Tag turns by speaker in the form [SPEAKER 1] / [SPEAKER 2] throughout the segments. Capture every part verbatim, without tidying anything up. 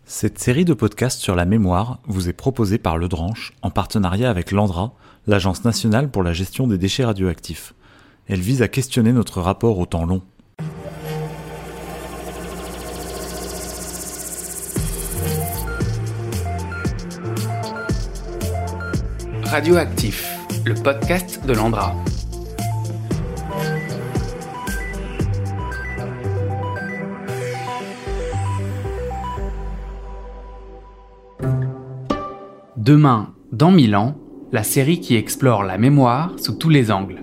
[SPEAKER 1] Cette série de podcasts sur la mémoire vous est proposée par Le Dranche en partenariat avec l'ANDRA, l'Agence nationale pour la gestion des déchets radioactifs. Elle vise à questionner notre rapport au temps long.
[SPEAKER 2] Radioactif, le podcast de l'ANDRA. Demain, dans mille ans, la série qui explore la mémoire sous tous les angles.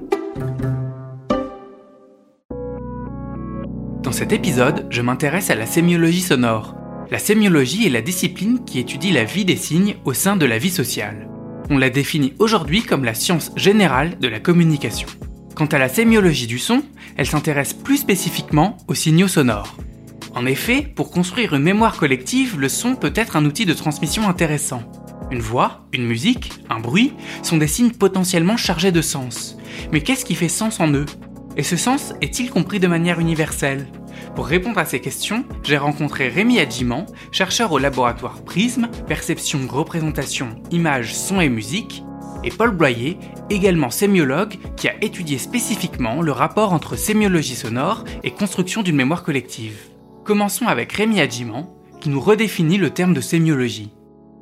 [SPEAKER 2] Dans cet épisode, je m'intéresse à la sémiologie sonore. La sémiologie est la discipline qui étudie la vie des signes au sein de la vie sociale. On la définit aujourd'hui comme la science générale de la communication. Quant à la sémiologie du son, elle s'intéresse plus spécifiquement aux signaux sonores. En effet, pour construire une mémoire collective, le son peut être un outil de transmission intéressant. Une voix, une musique, un bruit sont des signes potentiellement chargés de sens. Mais qu'est-ce qui fait sens en eux ? Et ce sens est-il compris de manière universelle ? Pour répondre à ces questions, j'ai rencontré Rémi Adjiman, chercheur au laboratoire Prisme, perception, représentation, images, son et musique, et Paul Bloyer, également sémiologue, qui a étudié spécifiquement le rapport entre sémiologie sonore et construction d'une mémoire collective. Commençons avec Rémi Adjiman, qui nous redéfinit le terme de sémiologie.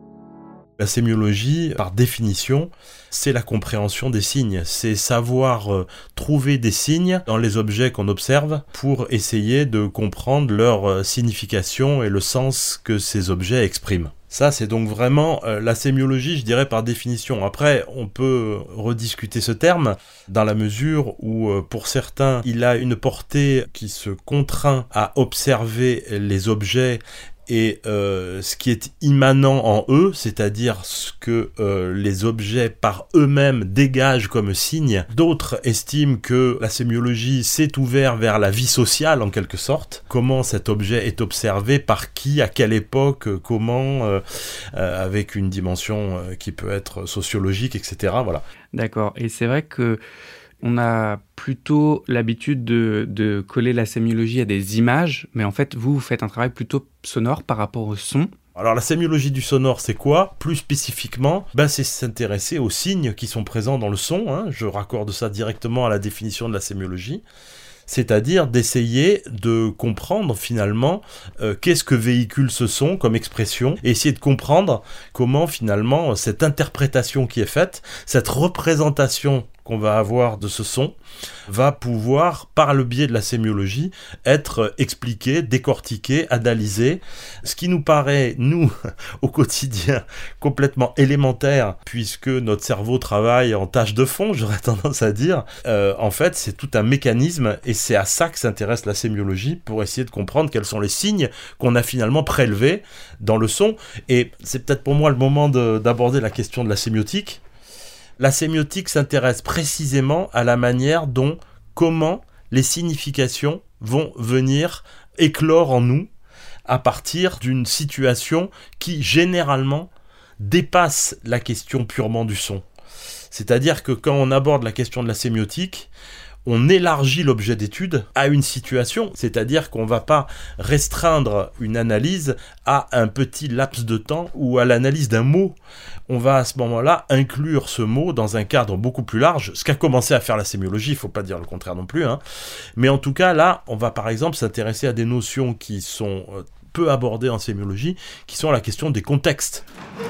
[SPEAKER 3] La sémiologie, par définition, c'est la compréhension des signes. C'est savoir euh, trouver des signes dans les objets qu'on observe pour essayer de comprendre leur euh, signification et le sens que ces objets expriment. Ça, c'est donc vraiment euh, la sémiologie, je dirais, par définition. Après, on peut rediscuter ce terme dans la mesure où, euh, pour certains, il a une portée qui se contraint à observer les objets et euh, ce qui est immanent en eux, c'est-à-dire ce que euh, les objets par eux-mêmes dégagent comme signe. D'autres estiment que la sémiologie s'est ouverte vers la vie sociale en quelque sorte. Comment cet objet est observé, par qui, à quelle époque, comment, euh, euh, avec une dimension euh, qui peut être sociologique, et cetera. Voilà.
[SPEAKER 2] D'accord, et c'est vrai que on a plutôt l'habitude de, de coller la sémiologie à des images, mais en fait, vous, vous faites un travail plutôt sonore par rapport au son.
[SPEAKER 3] Alors la sémiologie du sonore, c'est quoi ? Plus spécifiquement, ben, c'est s'intéresser aux signes qui sont présents dans le son. Hein. Je raccorde ça directement à la définition de la sémiologie. C'est-à-dire d'essayer de comprendre finalement euh, qu'est-ce que véhicule ce son comme expression, et essayer de comprendre comment finalement cette interprétation qui est faite, cette représentation qu'on va avoir de ce son, va pouvoir, par le biais de la sémiologie, être expliqué, décortiqué, analysé. Ce qui nous paraît, nous, au quotidien, complètement élémentaire, puisque notre cerveau travaille en tâche de fond, j'aurais tendance à dire, euh, en fait, c'est tout un mécanisme, et c'est à ça que s'intéresse la sémiologie, pour essayer de comprendre quels sont les signes qu'on a finalement prélevés dans le son. Et c'est peut-être pour moi le moment de, d'aborder la question de la sémiotique. La sémiotique s'intéresse précisément à la manière dont, comment les significations vont venir éclore en nous à partir d'une situation qui, généralement, dépasse la question purement du son. C'est-à-dire que quand on aborde la question de la sémiotique, on élargit l'objet d'étude à une situation, c'est-à-dire qu'on ne va pas restreindre une analyse à un petit laps de temps ou à l'analyse d'un mot. On va à ce moment-là inclure ce mot dans un cadre beaucoup plus large, ce qu'a commencé à faire la sémiologie, il ne faut pas dire le contraire non plus. Hein. Mais en tout cas, là, on va par exemple s'intéresser à des notions qui sont peu abordées en sémiologie, qui sont la question des contextes.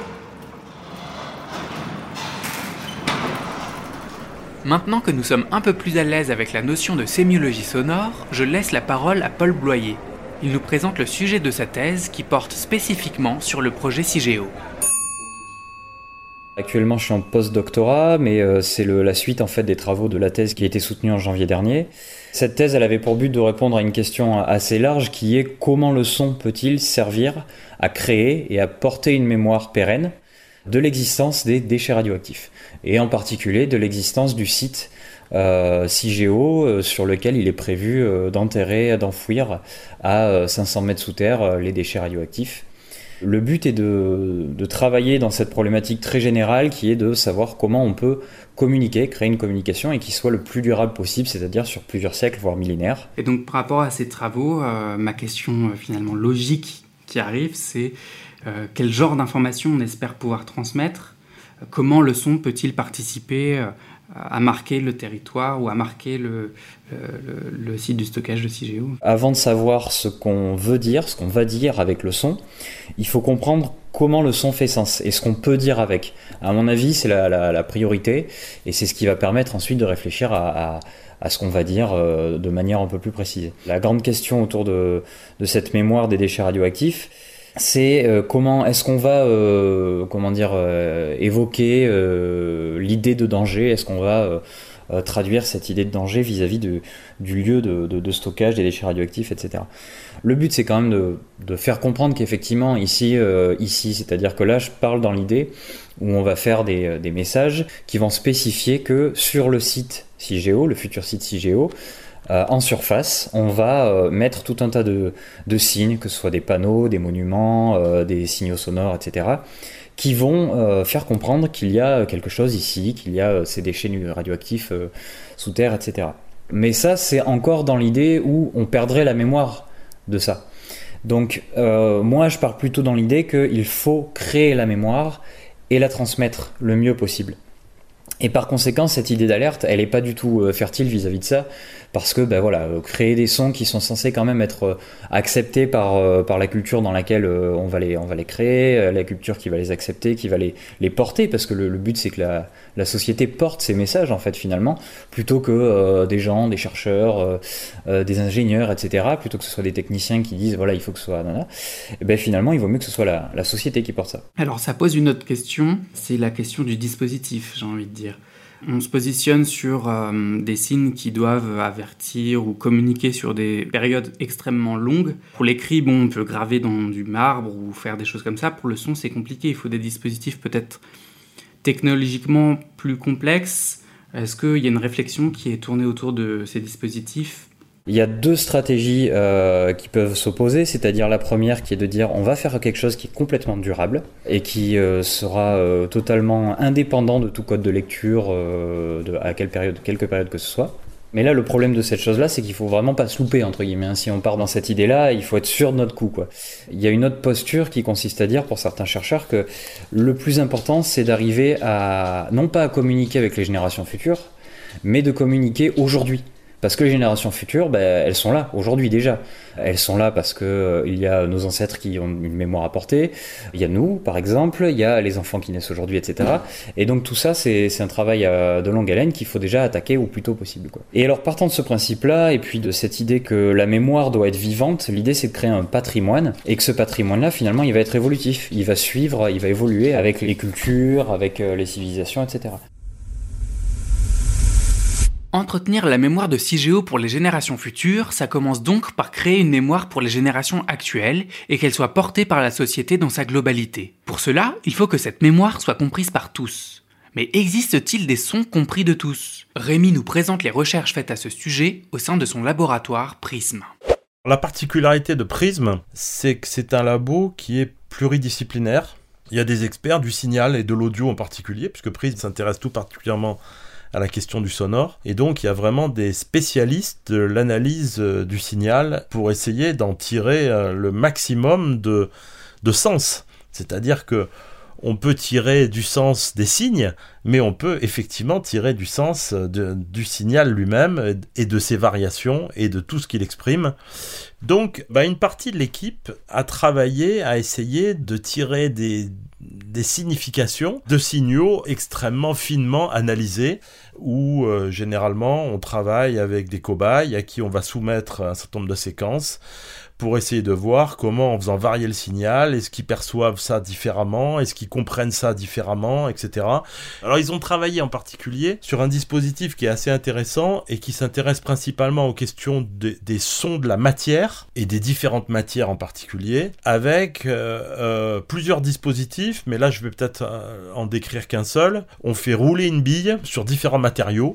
[SPEAKER 2] Maintenant que nous sommes un peu plus à l'aise avec la notion de sémiologie sonore, je laisse la parole à Paul Bloyer. Il nous présente le sujet de sa thèse qui porte spécifiquement sur le projet Cigéo.
[SPEAKER 4] Actuellement, je suis en post-doctorat, mais euh, c'est le, la suite en fait des travaux de la thèse qui a été soutenue en janvier dernier. Cette thèse, elle avait pour but de répondre à une question assez large qui est comment le son peut-il servir à créer et à porter une mémoire pérenne de l'existence des déchets radioactifs, et en particulier de l'existence du site euh, Cigéo euh, sur lequel il est prévu euh, d'enterrer, d'enfouir à euh, cinq cents mètres sous terre euh, les déchets radioactifs. Le but est de, de travailler dans cette problématique très générale qui est de savoir comment on peut communiquer, créer une communication et qui soit le plus durable possible, c'est-à-dire sur plusieurs siècles, voire millénaires.
[SPEAKER 2] Et donc par rapport à ces travaux, euh, ma question euh, finalement logique qui arrive, c'est euh, quel genre d'informations on espère pouvoir transmettre, euh, comment le son peut-il participer euh, à marquer le territoire ou à marquer le, le, le site du stockage de Cigéo.
[SPEAKER 4] Avant de savoir ce qu'on veut dire, ce qu'on va dire avec le son, il faut comprendre comment le son fait sens et ce qu'on peut dire avec. À mon avis, c'est la, la, la priorité et c'est ce qui va permettre ensuite de réfléchir à, à, à ce qu'on va dire euh, de manière un peu plus précise. La grande question autour de, de cette mémoire des déchets radioactifs, c'est euh, comment est-ce qu'on va euh, comment dire euh, évoquer euh, l'idée de danger, est-ce qu'on va euh, euh, traduire cette idée de danger vis-à-vis de, du lieu de, de, de stockage des déchets radioactifs, et cetera. Le but, c'est quand même de, de faire comprendre qu'effectivement ici, euh, ici, c'est-à-dire que là je parle dans l'idée où on va faire des, des messages qui vont spécifier que sur le site Cigéo, le futur site Cigéo, Euh, en surface, on va euh, mettre tout un tas de, de signes, que ce soit des panneaux, des monuments, euh, des signaux sonores, et cetera, qui vont euh, faire comprendre qu'il y a quelque chose ici, qu'il y a euh, ces déchets radioactifs euh, sous terre, et cetera. Mais ça, c'est encore dans l'idée où on perdrait la mémoire de ça. Donc, euh, moi, je pars plutôt dans l'idée qu'il faut créer la mémoire et la transmettre le mieux possible. Et par conséquent, cette idée d'alerte, elle n'est pas du tout euh, fertile vis-à-vis de ça, parce que ben voilà, euh, créer des sons qui sont censés quand même être euh, acceptés par, euh, par la culture dans laquelle euh, on, va les, on va les créer, euh, la culture qui va les accepter, qui va les, les porter, parce que le, le but c'est que la, la société porte ces messages en fait finalement, plutôt que euh, des gens, des chercheurs, euh, euh, des ingénieurs, et cetera, plutôt que ce soit des techniciens qui disent voilà il faut que ce soit nana, et ben finalement il vaut mieux que ce soit la, la société qui porte ça.
[SPEAKER 2] Alors ça pose une autre question, c'est la question du dispositif, j'ai envie de dire. On se positionne sur euh, des signes qui doivent avertir ou communiquer sur des périodes extrêmement longues. Pour l'écrit, bon, on peut graver dans du marbre ou faire des choses comme ça. Pour le son, c'est compliqué. Il faut des dispositifs peut-être technologiquement plus complexes. Est-ce qu'il y a une réflexion qui est tournée autour de ces dispositifs ?
[SPEAKER 4] Il y a deux stratégies euh, qui peuvent s'opposer, c'est-à-dire la première qui est de dire on va faire quelque chose qui est complètement durable et qui euh, sera euh, totalement indépendant de tout code de lecture, euh, de, à quelle période, quelque période que ce soit. Mais là, le problème de cette chose-là, c'est qu'il faut vraiment pas se louper, entre guillemets. Si on part dans cette idée-là, il faut être sûr de notre coup, quoi. Il y a une autre posture qui consiste à dire, pour certains chercheurs, que le plus important, c'est d'arriver à, non pas à communiquer avec les générations futures, mais de communiquer aujourd'hui. Parce que les générations futures, ben, elles sont là, aujourd'hui déjà. Elles sont là parce qu'il euh, y a nos ancêtres qui ont une mémoire à porter, il y a nous, par exemple, il y a les enfants qui naissent aujourd'hui, et cetera. Et donc tout ça, c'est, c'est un travail euh, de longue haleine qu'il faut déjà attaquer au plus tôt possible, quoi. Et alors, partant de ce principe-là, et puis de cette idée que la mémoire doit être vivante, l'idée c'est de créer un patrimoine, et que ce patrimoine-là, finalement, il va être évolutif. Il va suivre, il va évoluer avec les cultures, avec euh, les civilisations, et cetera.
[SPEAKER 2] Entretenir la mémoire de Cigéo pour les générations futures, ça commence donc par créer une mémoire pour les générations actuelles et qu'elle soit portée par la société dans sa globalité. Pour cela, il faut que cette mémoire soit comprise par tous. Mais existe-t-il des sons compris de tous ? Rémi nous présente les recherches faites à ce sujet au sein de son laboratoire Prism.
[SPEAKER 3] La particularité de Prism, c'est que c'est un labo qui est pluridisciplinaire. Il y a des experts du signal et de l'audio en particulier, puisque Prism s'intéresse tout particulièrement à la question du sonore, et donc il y a vraiment des spécialistes de l'analyse du signal pour essayer d'en tirer le maximum de, de sens. C'est-à-dire que on peut tirer du sens des signes, mais on peut effectivement tirer du sens de, du signal lui-même et de ses variations et de tout ce qu'il exprime. Donc, bah, une partie de l'équipe a travaillé à essayer de tirer des, des significations de signaux extrêmement finement analysés, où euh, généralement on travaille avec des cobayes à qui on va soumettre un certain nombre de séquences pour essayer de voir comment, en faisant varier le signal, est-ce qu'ils perçoivent ça différemment, est-ce qu'ils comprennent ça différemment, et cetera. Alors ils ont travaillé en particulier sur un dispositif qui est assez intéressant et qui s'intéresse principalement aux questions de, des sons de la matière et des différentes matières en particulier, avec euh, euh, plusieurs dispositifs, mais là je vais peut-être euh, en décrire qu'un seul. On fait rouler une bille sur différents matériaux,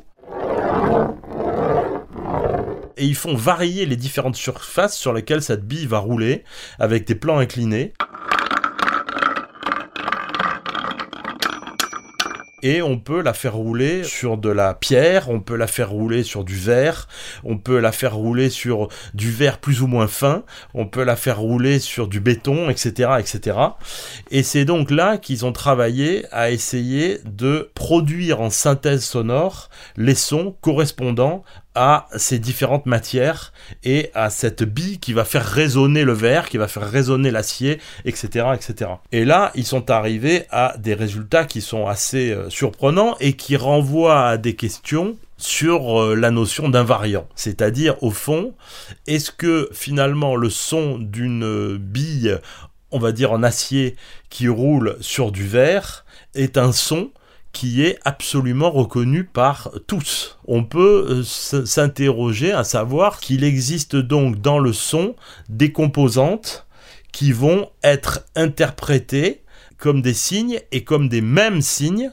[SPEAKER 3] et ils font varier les différentes surfaces sur lesquelles cette bille va rouler, avec des plans inclinés. et on peut la faire rouler sur de la pierre, on peut la faire rouler sur du verre, on peut la faire rouler sur du verre plus ou moins fin, on peut la faire rouler sur du béton, et cetera, et cetera. Et c'est donc là qu'ils ont travaillé à essayer de produire en synthèse sonore les sons correspondant à ces différentes matières et à cette bille qui va faire résonner le verre, qui va faire résonner l'acier, et cetera, et cetera. Et là, ils sont arrivés à des résultats qui sont assez euh, surprenants et qui renvoient à des questions sur euh, la notion d'invariant. C'est-à-dire, au fond, est-ce que finalement le son d'une bille, on va dire en acier, qui roule sur du verre, est un son qui est absolument reconnu par tous. On peut euh, s'interroger à savoir qu'il existe donc dans le son des composantes qui vont être interprétées comme des signes et comme des mêmes signes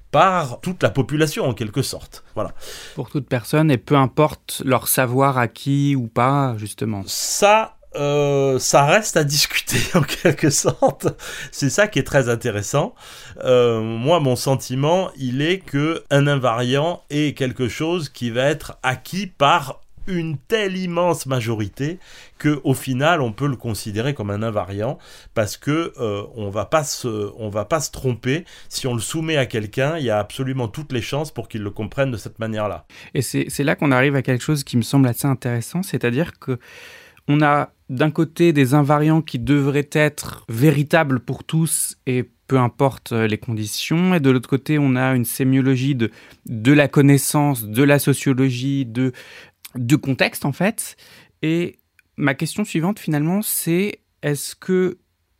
[SPEAKER 3] par toute la population en quelque sorte. Voilà.
[SPEAKER 2] Pour toute personne et peu importe leur savoir acquis ou pas, justement.
[SPEAKER 3] Ça... Euh, ça reste à discuter en quelque sorte. C'est ça qui est très intéressant. Euh, moi, mon sentiment, il est que un invariant est quelque chose qui va être acquis par une telle immense majorité que, au final, on peut le considérer comme un invariant parce que euh, on va pas se, on va pas se tromper. Si on le soumet à quelqu'un, il y a absolument toutes les chances pour qu'il le comprenne de cette manière-là.
[SPEAKER 2] Et c'est, c'est là qu'on arrive à quelque chose qui me semble assez intéressant, c'est-à-dire que on a d'un côté des invariants qui devraient être véritables pour tous et peu importe les conditions, et de l'autre côté on a une sémiologie de, de la connaissance, de la sociologie, de, de contexte en fait. Et ma question suivante finalement c'est est-ce que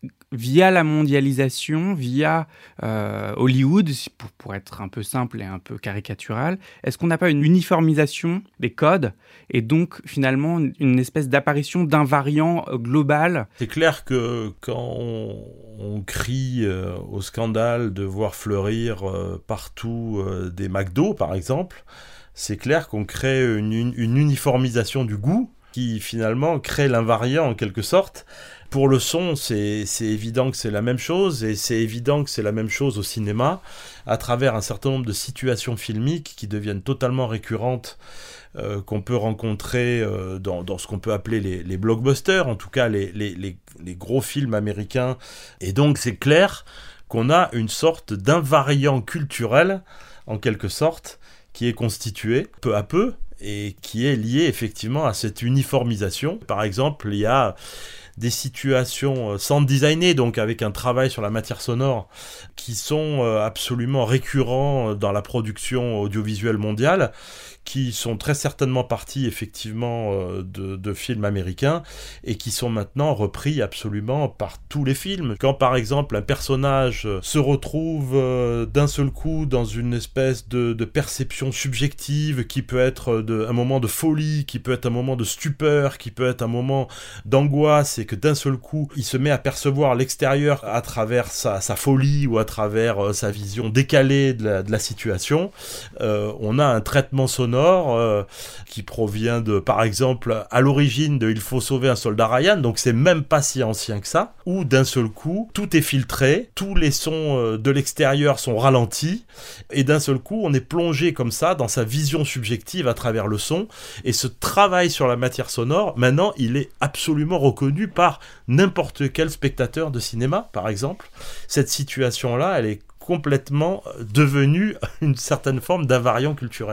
[SPEAKER 2] via la mondialisation, via euh, Hollywood, pour, pour être un peu simple et un peu caricatural, est-ce qu'on n'a pas une uniformisation des codes et donc finalement une espèce d'apparition d'invariant global ?
[SPEAKER 3] C'est clair que quand on, on crie euh, au scandale de voir fleurir euh, partout euh, des McDo par exemple, c'est clair qu'on crée une, une, une uniformisation du goût qui finalement crée l'invariant en quelque sorte. Pour le son, c'est, c'est évident que c'est la même chose, et c'est évident que c'est la même chose au cinéma, à travers un certain nombre de situations filmiques qui deviennent totalement récurrentes, euh, qu'on peut rencontrer euh, dans, dans ce qu'on peut appeler les, les blockbusters, en tout cas les, les, les, les gros films américains. Et donc c'est clair qu'on a une sorte d'invariant culturel, en quelque sorte, qui est constitué peu à peu, et qui est lié effectivement à cette uniformisation. Par exemple, il y a des situations sound designées, donc avec un travail sur la matière sonore, qui sont absolument récurrents dans la production audiovisuelle mondiale, qui sont très certainement partis effectivement de, de films américains et qui sont maintenant repris absolument par tous les films. Quand par exemple un personnage se retrouve d'un seul coup dans une espèce de, de perception subjective qui peut être de, un moment de folie, qui peut être un moment de stupeur, qui peut être un moment d'angoisse, et que d'un seul coup il se met à percevoir l'extérieur à travers sa, sa folie ou à travers euh, sa vision décalée de la, de la situation, euh, on a un traitement sonore Euh, qui provient de, par exemple, à l'origine de Il faut sauver un soldat Ryan, donc c'est même pas si ancien que ça, où d'un seul coup, tout est filtré, tous les sons euh, de l'extérieur sont ralentis, et d'un seul coup, on est plongé comme ça dans sa vision subjective à travers le son, et ce travail sur la matière sonore, maintenant, il est absolument reconnu par n'importe quel spectateur de cinéma, par exemple. Cette situation-là, elle est complètement devenue une certaine forme d'invariant culturel.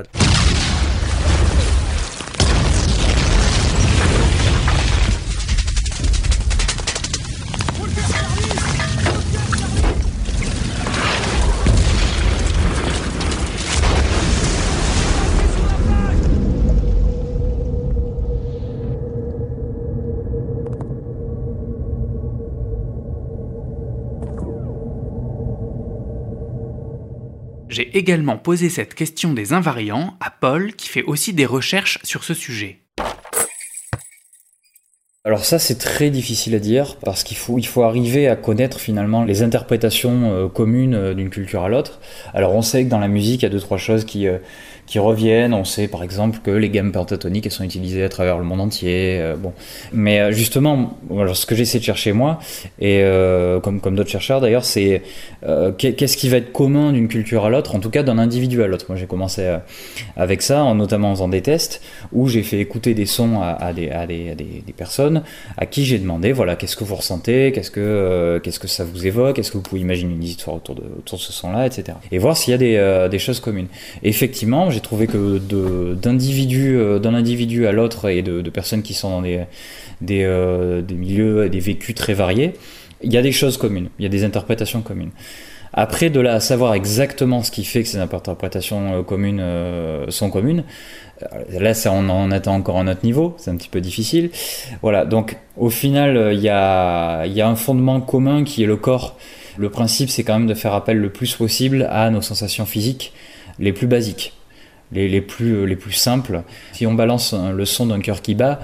[SPEAKER 2] J'ai également posé cette question des invariants à Paul, qui fait aussi des recherches sur ce sujet.
[SPEAKER 4] Alors ça, c'est très difficile à dire, parce qu'il faut, il faut arriver à connaître finalement les interprétations euh, communes euh, d'une culture à l'autre. Alors on sait que dans la musique, il y a deux, trois choses qui, euh, qui reviennent. On sait par exemple que les gammes pentatoniques elles sont utilisées à travers le monde entier. Euh, bon, mais justement, alors, ce que j'essaie de chercher moi, et euh, comme comme d'autres chercheurs d'ailleurs, c'est euh, qu'est-ce qui va être commun d'une culture à l'autre, en tout cas d'un individu à l'autre. Moi, j'ai commencé euh, avec ça, en, notamment en faisant des tests où j'ai fait écouter des sons à, à, des, à, des, à des, des personnes à qui j'ai demandé, voilà, qu'est-ce que vous ressentez, qu'est-ce que euh, qu'est-ce que ça vous évoque, est-ce que vous pouvez imaginer une histoire autour de autour de ce son-là, et cetera. Et voir s'il y a des euh, des choses communes. Et effectivement, j'ai trouvé que de, d'individu, euh, d'un individu à l'autre et de, de personnes qui sont dans des, des, euh, des milieux et des vécus très variés, il y a des choses communes, il y a des interprétations communes. Après, de là à savoir exactement ce qui fait que ces interprétations euh, communes euh, sont communes, euh, là, ça, on en atteint encore un autre niveau, c'est un petit peu difficile. Voilà, donc au final, il y a, y a un fondement commun qui est le corps. Le principe, c'est quand même de faire appel le plus possible à nos sensations physiques les plus basiques, les, les, plus, les plus simples. Si on balance le son d'un cœur qui bat,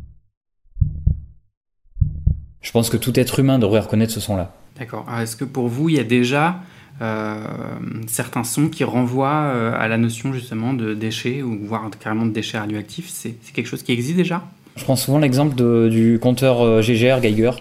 [SPEAKER 4] je pense que tout être humain devrait reconnaître ce son-là.
[SPEAKER 2] D'accord. Alors, est-ce que pour vous, il y a déjà euh, certains sons qui renvoient euh, à la notion justement de déchets, ou voire carrément de déchets radioactifs? C'est, c'est quelque chose qui existe déjà?
[SPEAKER 4] Je prends souvent l'exemple de, du compteur G G R Geiger.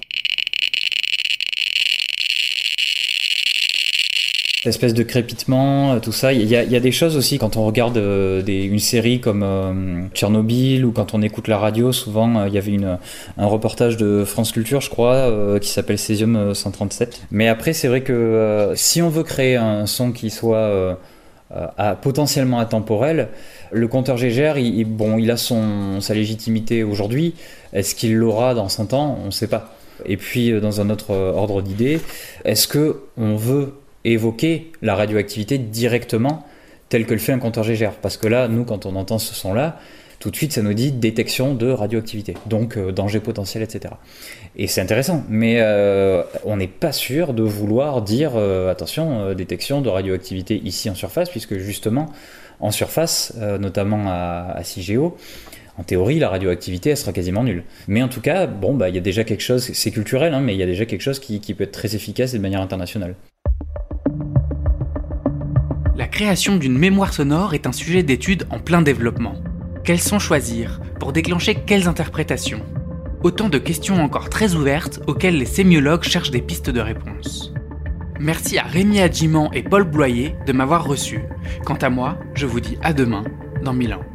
[SPEAKER 4] Espèce de crépitement, tout ça. Il y a, il y a des choses aussi quand on regarde euh, des, une série comme euh, Tchernobyl, ou quand on écoute la radio, souvent euh, il y avait une, un reportage de France Culture, je crois, euh, qui s'appelle Césium cent trente-sept. Mais après, c'est vrai que euh, si on veut créer un son qui soit euh, à, potentiellement atemporel, le compteur G G R, il, il, bon, il a son, sa légitimité aujourd'hui. Est-ce qu'il l'aura dans cent ans? On ne sait pas. Et puis, dans un autre ordre d'idée, est-ce qu'on veut évoquer la radioactivité directement tel que le fait un compteur G G R? Parce que là, nous, quand on entend ce son-là, tout de suite, ça nous dit détection de radioactivité, donc euh, danger potentiel, et cetera. Et c'est intéressant, mais euh, on n'est pas sûr de vouloir dire euh, attention, euh, détection de radioactivité ici en surface, puisque justement, en surface, euh, notamment à, à six G O, en théorie, la radioactivité, elle sera quasiment nulle. Mais en tout cas, bon, bah, il y a déjà quelque chose, c'est culturel, hein, mais il y a déjà quelque chose qui, qui peut être très efficace et de manière internationale.
[SPEAKER 2] La création d'une mémoire sonore est un sujet d'étude en plein développement. Quels sons choisir? Pour déclencher quelles interprétations? Autant de questions encore très ouvertes auxquelles les sémiologues cherchent des pistes de réponse. Merci à Rémi Adjiman et Paul Bloyer de m'avoir reçu. Quant à moi, je vous dis à demain dans mille ans.